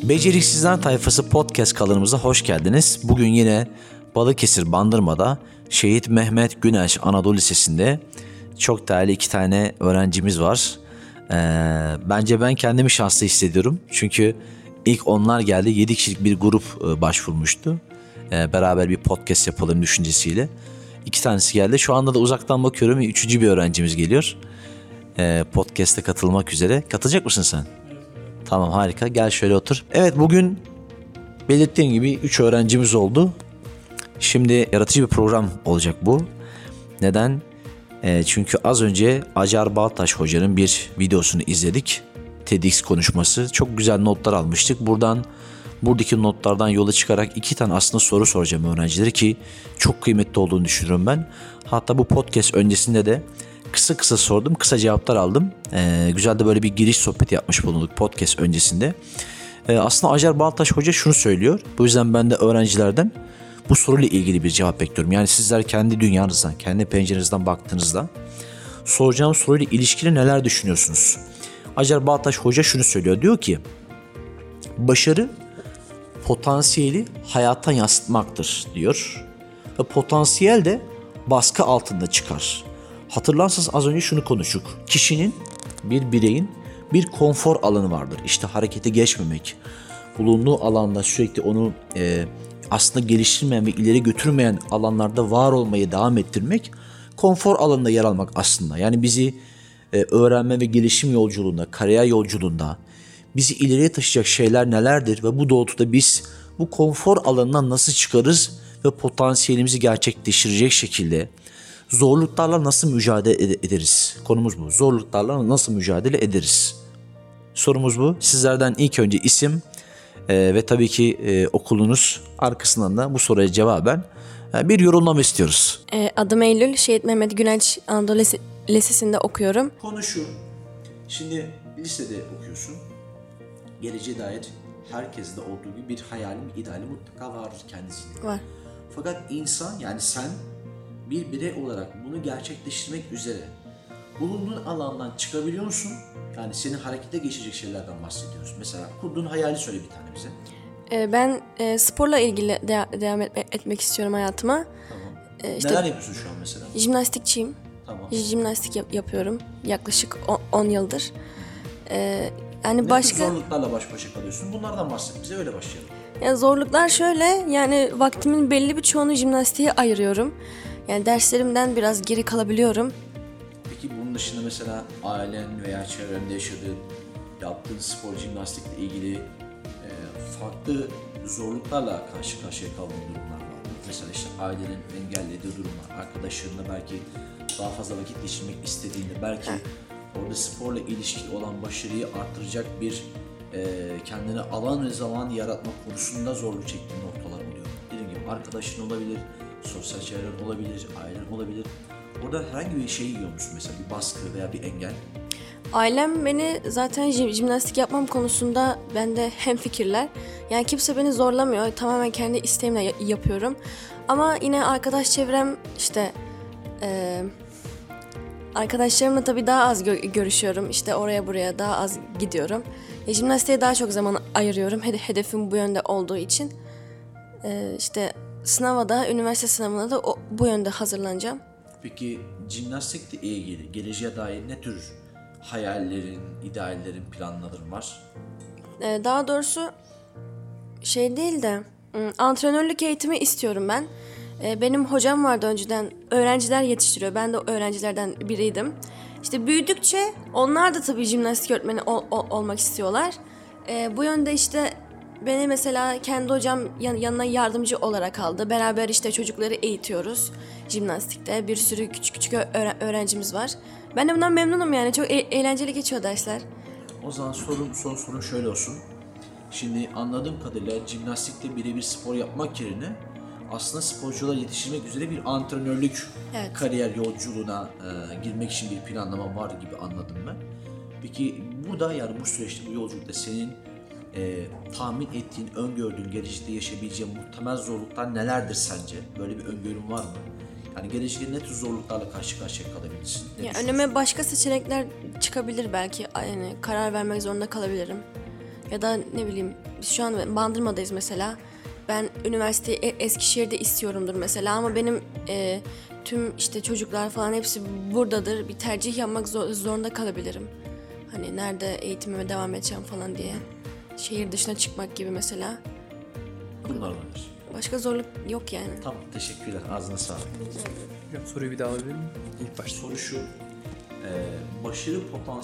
Beceriksizler Tayfası podcast kanalımıza hoş geldiniz. Bugün yine Balıkesir Bandırma'da Şehit Mehmet Güneş Anadolu Lisesi'nde çok değerli iki tane öğrencimiz var. Bence ben kendimi şanslı hissediyorum. Çünkü ilk onlar geldi. 7 kişilik bir grup başvurmuştu. Beraber bir podcast yapalım düşüncesiyle. 2 tanesi geldi. Şu anda da uzaktan bakıyorum. 3. bir öğrencimiz geliyor. Podcast'e katılmak üzere. Katılacak mısın sen? Tamam, harika. Gel şöyle otur. Evet, bugün belirttiğim gibi 3 öğrencimiz oldu. Şimdi yaratıcı bir program olacak bu. Neden? Çünkü az önce Acar Baltaş Hoca'nın bir videosunu izledik. TEDx konuşması. Çok güzel notlar almıştık. Buradaki notlardan yola çıkarak 2 tane aslında soru soracağım öğrencilere ki çok kıymetli olduğunu düşünüyorum ben. Hatta bu podcast öncesinde de kısa sordum, kısa cevaplar aldım. Güzel de böyle bir giriş sohbeti yapmış bulunduk podcast öncesinde. Aslında Acar Baltaş Hoca şunu söylüyor. Bu yüzden ben de öğrencilerden bu soruyla ilgili bir cevap bekliyorum. Yani sizler kendi dünyanızdan, kendi pencerenizden baktığınızda soracağım soruyla ilişkili neler düşünüyorsunuz? Acar Baltaş Hoca şunu söylüyor. Diyor ki başarı potansiyeli hayata yansıtmaktır diyor. Ve potansiyel de baskı altında çıkar. Hatırlarsanız az önce şunu konuştuk. Kişinin, bir bireyin bir konfor alanı vardır. İşte harekete geçmemek, bulunduğu alanda sürekli onu aslında geliştirmeyen ve ileri götürmeyen alanlarda var olmayı devam ettirmek, konfor alanında yer almak aslında. Yani bizi öğrenme ve gelişim yolculuğunda, kariyer yolculuğunda bizi ileriye taşıyacak şeyler nelerdir ve bu doğrultuda biz bu konfor alanından nasıl çıkarız ve potansiyelimizi gerçekleştirecek şekilde zorluklarla nasıl mücadele ederiz? Konumuz bu. Zorluklarla nasıl mücadele ederiz? Sorumuz bu. Sizlerden ilk önce isim ve tabii ki okulunuz, arkasından da bu soruya cevaben bir yorumlama istiyoruz. Adım Eylül. Şehit Mehmet Güneş Anadolu Lisesi'nde okuyorum. Konu şu. Şimdi lisede okuyorsun. Geleceğe dair herkeste olduğu gibi bir hayalim, idealim mutlaka vardır kendisinde. Var. Fakat insan, yani sen bir birey olarak bunu gerçekleştirmek üzere bulunduğun alandan çıkabiliyor musun? Yani seni harekete geçirecek şeylerden bahsediyoruz. Mesela kurduğun hayali söyle bir tane bize. Ben sporla ilgili devam etmek istiyorum hayatıma. Tamam. İşte neler yapıyorsun şu an mesela? jimnastikçiyim. Tamam. Jimnastik yapıyorum. Yaklaşık 10 yıldır. Yani Ne başka tür zorluklarla baş başa kalıyorsun? Bunlardan bahset bize, öyle başlayalım. yani zorluklar şöyle, yani vaktimin belli bir çoğunu jimnastiğe ayırıyorum. Yani derslerimden biraz geri kalabiliyorum. Peki bunun dışında mesela ailen veya çevrende yaşadığın, yaptığın spor, jimnastikle ilgili farklı zorluklarla karşı karşıya kaldığın durumlar var. Mesela işte ailenin engellediği durumlar, arkadaşlarınla belki daha fazla vakit geçirmek istediğinde, belki orada sporla ilişkili olan başarıyı arttıracak bir kendine alan ve zaman yaratma konusunda zorluk çektiğin noktalar oluyor. Dediğim gibi arkadaşın olabilir, sosyal çevren olabilir, ailen olabilir. Orada herhangi bir şey yiyor musun mesela, bir baskı veya bir engel? Ailem beni zaten jimnastik yapmam konusunda bende hemfikirler. Yani kimse beni zorlamıyor. Tamamen kendi isteğimle yapıyorum. Ama yine arkadaş çevrem işte arkadaşlarımla tabii daha az görüşüyorum. İşte oraya buraya daha az gidiyorum. Jimnastiğe daha çok zaman ayırıyorum. Hedefim bu yönde olduğu için. İşte üniversite sınavına da bu yönde hazırlanacağım. Peki jimnastikle ilgili geleceğe dair ne tür hayallerin, ideallerin, planların var? Daha doğrusu şey değil de antrenörlük eğitimi istiyorum ben. Benim hocam vardı önceden, öğrenciler yetiştiriyor. Ben de o öğrencilerden biriydim. İşte büyüdükçe onlar da tabii jimnastik öğretmeni olmak istiyorlar. Bu yönde işte beni mesela kendi hocam yanına yardımcı olarak aldı. Beraber işte çocukları eğitiyoruz jimnastikte. Bir sürü küçük öğrencimiz var. Ben de bundan memnunum yani. Çok eğlenceli geçiyor dersler. O zaman son sorum şöyle olsun. Şimdi anladığım kadarıyla jimnastikle birebir spor yapmak yerine aslında sporcular yetiştirmek üzere bir antrenörlük kariyer yolculuğuna girmek için bir planlama var gibi anladım ben. Peki burada, yani bu süreçte, bu yolculukta senin tahmin ettiğin, öngördüğün, gelecekte yaşayabileceğin muhtemel zorluklar nelerdir sence? Böyle bir öngörün var mı? Yani gelecekte ne tür zorluklarla karşı karşıya kalabilirsin? Önüme başka seçenekler çıkabilir belki. Yani karar vermek zorunda kalabilirim. Ya da ne bileyim, biz şu an Bandırma'dayız mesela. Ben üniversiteyi Eskişehir'de istiyorumdur mesela ama benim tüm işte çocuklar falan hepsi buradadır. Bir tercih yapmak zorunda kalabilirim. Hani nerede eğitimime devam edeceğim falan diye. Şehir dışına çıkmak gibi mesela. Bunlar var. Başka zorluk yok yani. Tamam, teşekkürler. Ağzına sağlık. Hocam soruyu bir daha alabilir miyim? İlk başta. Soru şu. Başarı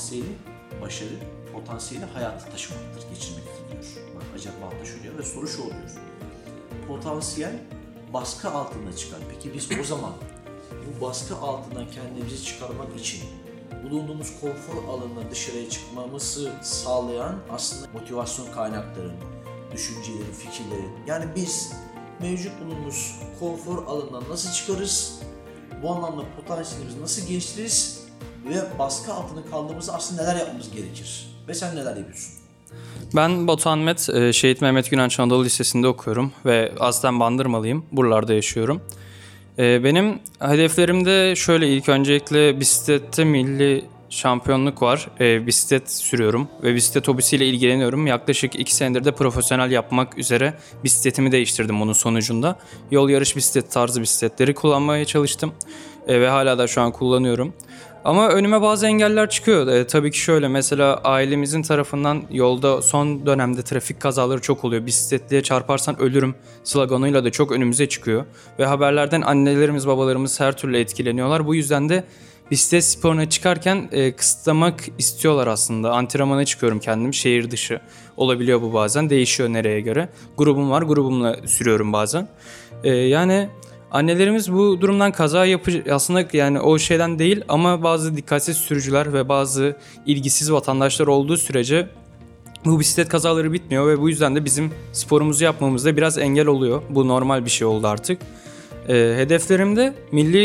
potansiyeli hayata taşımaktır, geçirmektir diyor. Bak Acep Baltaş diyor ve soru şu oluyor. Potansiyel baskı altında çıkar. Peki biz o zaman bu baskı altından kendimizi çıkarmak için bulunduğumuz konfor alanına dışarıya çıkmamızı sağlayan aslında motivasyon kaynakları, düşünceleri, fikirleri. Yani biz mevcut bulunduğumuz konfor alanından nasıl çıkarız? Bu anlamda potansiyelimizi nasıl geliştiririz? Ve baskı altında kaldığımızda aslında neler yapmamız gerekir? Ve sen neler yapıyorsun? Ben Batuhan Met, Şehit Mehmet Günenç Anadolu Lisesi'nde okuyorum ve aslen Bandırmalıyım. Buralarda yaşıyorum. Benim hedeflerimde şöyle, ilk öncelikle bisiklette milli şampiyonluk var. Bisiklet sürüyorum ve bisiklet hobisiyle ilgileniyorum. Yaklaşık 2 senedir de profesyonel yapmak üzere bisikletimi değiştirdim bunun sonucunda. Yol yarış bisiklet tarzı bisikletleri kullanmaya çalıştım ve hala da şu an kullanıyorum. Ama önüme bazı engeller çıkıyor. Tabii ki şöyle, mesela ailemizin tarafından yolda son dönemde trafik kazaları çok oluyor. Bisikletliye çarparsan ölürüm sloganıyla da çok önümüze çıkıyor. Ve haberlerden annelerimiz, babalarımız her türlü etkileniyorlar. Bu yüzden de bisiklet sporuna çıkarken kısıtlamak istiyorlar aslında. Antrenmana çıkıyorum kendim, şehir dışı olabiliyor bu bazen. Değişiyor nereye göre. Grubum var, grubumla sürüyorum bazen. Yani... Annelerimiz bu durumdan kaza aslında yani o şeyden değil ama bazı dikkatsiz sürücüler ve bazı ilgisiz vatandaşlar olduğu sürece bu bisiklet kazaları bitmiyor ve bu yüzden de bizim sporumuzu yapmamızda biraz engel oluyor. Bu normal bir şey oldu artık. Hedeflerimde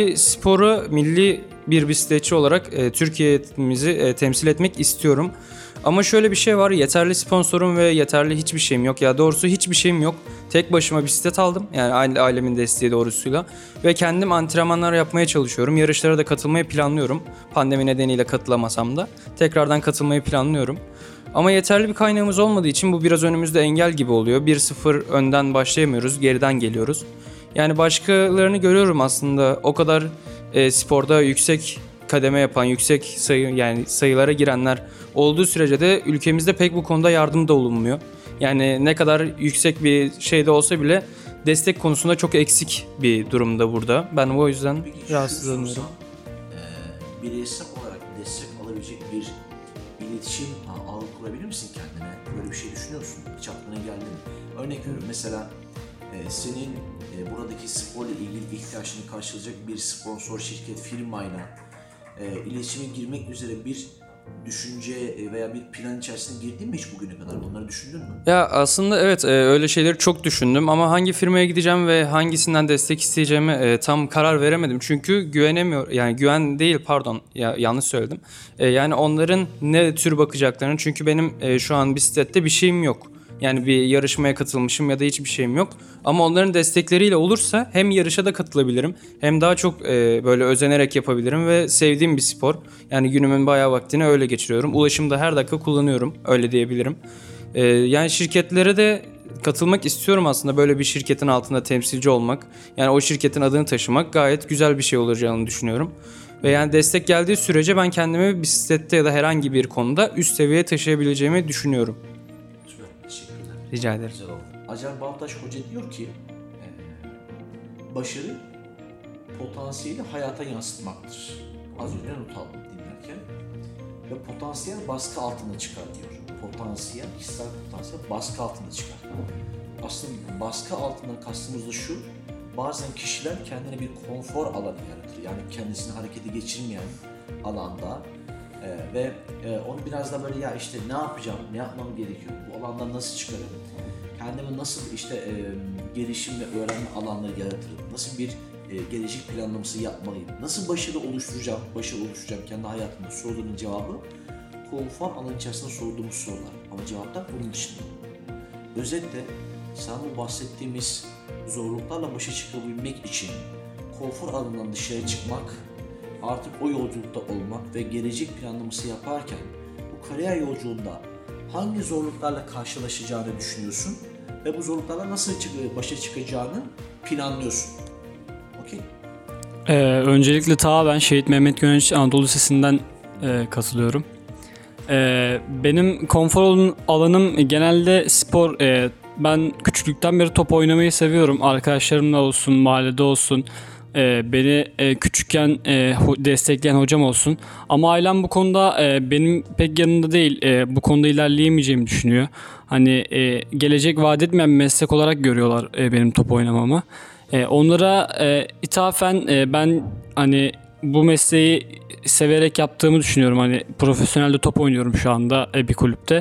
milli bir bisikletçi olarak Türkiye'mizi temsil etmek istiyorum. Ama şöyle bir şey var, yeterli sponsorum ve yeterli hiçbir şeyim yok. Ya doğrusu hiçbir şeyim yok. Tek başıma bisiklet aldım, yani ailemin desteği doğrusuyla. Ve kendim antrenmanlar yapmaya çalışıyorum. Yarışlara da katılmayı planlıyorum. Pandemi nedeniyle katılamasam da tekrardan katılmayı planlıyorum. Ama yeterli bir kaynağımız olmadığı için bu biraz önümüzde engel gibi oluyor. 1-0 önden başlayamıyoruz, geriden geliyoruz. Yani başkalarını görüyorum aslında, o kadar sporda yüksek kademe yapan, yüksek sayılara girenler olduğu sürece de ülkemizde pek bu konuda yardım da olunmuyor. Yani ne kadar yüksek bir şeyde olsa bile destek konusunda çok eksik bir durumda burada. Ben o yüzden rahatsızlanıyorum. Bireysel olarak destek alabilecek bir iletişim ağı kurabilir misin kendine? Böyle bir şey düşünüyor musun? Hiç aklına geldi mi? Örnek veriyorum, mesela senin buradaki sporla ilgili ihtiyaçlarını karşılayacak bir sponsor şirket, firmayla iletişime girmek üzere bir düşünce veya bir plan içerisine girdin mi hiç bugüne kadar? Bunları düşündün mü? Ya aslında evet, öyle şeyleri çok düşündüm ama hangi firmaya gideceğim ve hangisinden destek isteyeceğime tam karar veremedim. Çünkü güvenemiyorum, yani güven değil, pardon, yanlış söyledim. Yani onların ne tür bakacaklarını, çünkü benim şu an bisiklette bir şeyim yok. Yani bir yarışmaya katılmışım ya da hiçbir şeyim yok. Ama onların destekleriyle olursa hem yarışa da katılabilirim hem daha çok böyle özenerek yapabilirim ve sevdiğim bir spor. Yani günümün bayağı vaktini öyle geçiriyorum. Ulaşımda her dakika kullanıyorum, öyle diyebilirim. Yani şirketlere de katılmak istiyorum aslında, böyle bir şirketin altında temsilci olmak. Yani o şirketin adını taşımak gayet güzel bir şey olacağını düşünüyorum. Ve yani destek geldiği sürece ben kendimi bisiklette ya da herhangi bir konuda üst seviyeye taşıyabileceğimi düşünüyorum. Teşekkürler. Rica ederim. Güzel oldu. Acar Baltaş Hoca diyor ki başarı potansiyeli hayata yansıtmaktır. Az önce not aldım dinlerken. Ve potansiyel baskı altında çıkar diyor. Kişisel potansiyel baskı altında çıkar. Aslında baskı altından kastımız da şu: bazen kişiler kendine bir konfor alanı yaratır. Yani kendisini harekete geçirmeyen alanda ve onu biraz da böyle, ya işte ne yapacağım, ne yapmam gerekiyor, bu alandan nasıl çıkarım, kendimi nasıl gelişim ve öğrenme alanları yaratırım, nasıl bir gelecek planlaması yapmalıyım, nasıl başarı oluşturacağım kendi hayatımda soruların cevabı konfor alanı içerisinde sorduğumuz sorular. Ama cevaplar bunun dışında. Özetle sen bu bahsettiğimiz zorluklarla başa çıkabilmek için konfor alanından dışarı çıkmak, artık o yolculukta olmak ve gelecek planlaması yaparken bu kariyer yolculuğunda hangi zorluklarla karşılaşacağını düşünüyorsun ve bu zorluklarla nasıl başa çıkacağını planlıyorsun. Okey? Öncelikle ben Şehit Mehmet Güneş Anadolu Lisesi'nden katılıyorum. Benim konfor alanım genelde spor. Ben küçüklükten beri top oynamayı seviyorum. Arkadaşlarımla olsun, mahallede olsun. Beni küçükken destekleyen hocam olsun. Ama ailem bu konuda benim pek yanımda değil. Bu konuda ilerleyemeyeceğimi düşünüyor. Hani gelecek vaat etmeyen bir meslek olarak görüyorlar benim top oynamamı. Onlara ithafen ben hani bu mesleği severek yaptığımı düşünüyorum. Hani profesyonelde top oynuyorum şu anda bir kulüpte.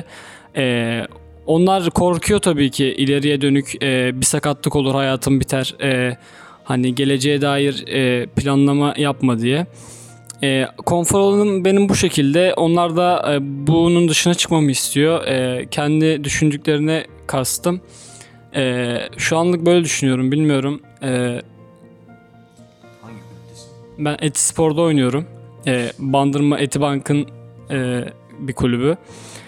Onlar korkuyor tabii ki ileriye dönük bir sakatlık olur, hayatım biter. Hani geleceğe dair planlama yapma diye. Konfor alanım benim bu şekilde. Onlar da bunun dışına çıkmamı istiyor. Kendi düşündüklerine kastım. Şu anlık böyle düşünüyorum. Bilmiyorum. Hangi kulüptesin? Ben Etispor'da oynuyorum. Bandırma Etibank'ın bir kulübü.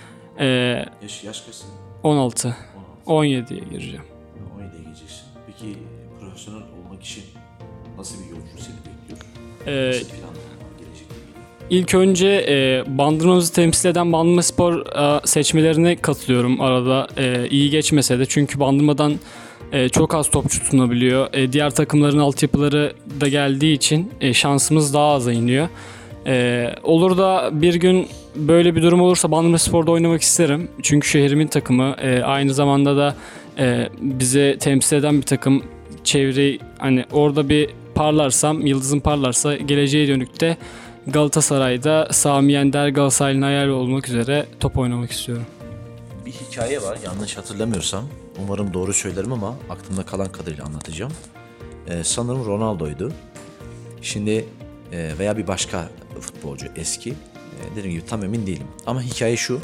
Yaş kaçsın? 16. 17'ye gireceğim. 17'ye gireceksin. Peki profesyonel olmak için nasıl bir yolculuk seni bekliyor? Nasıl planlar var gelecekle ilgili? İlk önce Bandırma'mızı temsil eden Bandırmaspor seçmelerine katılıyorum arada. İyi geçmese de, çünkü Bandırma'dan çok az topçu tutunabiliyor. Diğer takımların altyapıları da geldiği için şansımız daha aza iniyor. Olur da bir gün böyle bir durum olursa Bandırmaspor'da oynamak isterim. Çünkü şehrimin takımı, aynı zamanda da bize temsil eden bir takım. Çevreyi, hani orada bir parlarsam, yıldızım parlarsa geleceğe dönük de Galatasaray'da Sami Yender Galatasaray'ın hayali olmak üzere top oynamak istiyorum. Bir hikaye var, yanlış hatırlamıyorsam. Umarım doğru söylerim ama aklımda kalan kadarıyla anlatacağım. Sanırım Ronaldo'ydu. Şimdi veya bir başka futbolcu eski. Dediğim gibi tam emin değilim. Ama hikaye şu.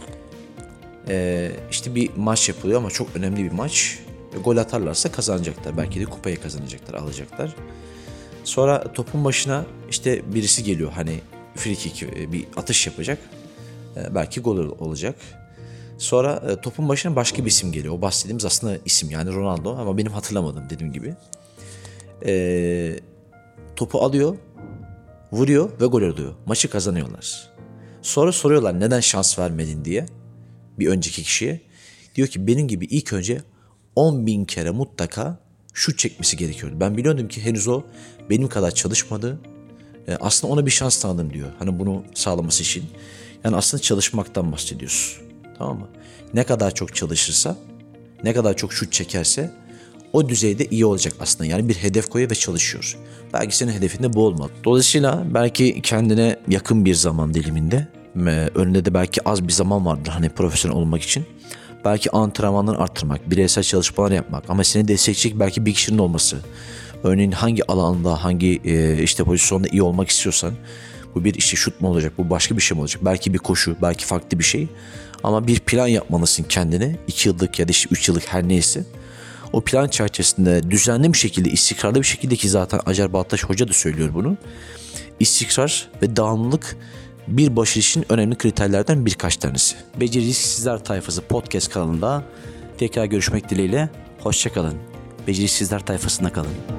İşte bir maç yapılıyor ama çok önemli bir maç. Gol atarlarsa kazanacaklar. Belki de kupayı kazanacaklar, alacaklar. Sonra topun başına işte birisi geliyor. Hani free kick, bir atış yapacak. Belki gol olacak. Sonra topun başına başka bir isim geliyor. O bahsettiğimiz aslında isim, yani Ronaldo, ama benim hatırlamadım dediğim gibi. Topu alıyor, vuruyor ve gol oluyor. Maçı kazanıyorlar. Sonra soruyorlar neden şans vermedin diye bir önceki kişiye. Diyor ki benim gibi ilk önce 10.000 kere mutlaka şut çekmesi gerekiyordu. Ben biliyordum ki henüz o benim kadar çalışmadı. Aslında ona bir şans tanıdım diyor. Hani bunu sağlaması için. Yani aslında çalışmaktan bahsediyoruz. Tamam mı? Ne kadar çok çalışırsa, ne kadar çok şut çekerse o düzeyde iyi olacak aslında. Yani bir hedef koyuyor ve çalışıyor. Belki senin hedefinde bu olmalı. Dolayısıyla belki kendine yakın bir zaman diliminde, önünde de belki az bir zaman vardır hani profesyonel olmak için. Belki antrenmanları arttırmak, bireysel çalışmalar yapmak, ama seni destekleyecek belki bir kişinin olması. Örneğin hangi alanda, hangi işte pozisyonda iyi olmak istiyorsan, bu bir işte şut mu olacak, bu başka bir şey mi olacak? Belki bir koşu, belki farklı bir şey. Ama bir plan yapmalısın kendine. 2 yıllık ya da işte 3 yıllık her neyse. O plan çerçevesinde düzenli bir şekilde, istikrarlı bir şekilde, ki zaten Acar Baltaş Hoca da söylüyor bunu. İstikrar ve devamlılık bir başarı için önemli kriterlerden birkaç tanesi. Beceriksizler Tayfası podcast kanalında tekrar görüşmek dileğiyle. Hoşça kalın. Beceriksizler Tayfasında kalın.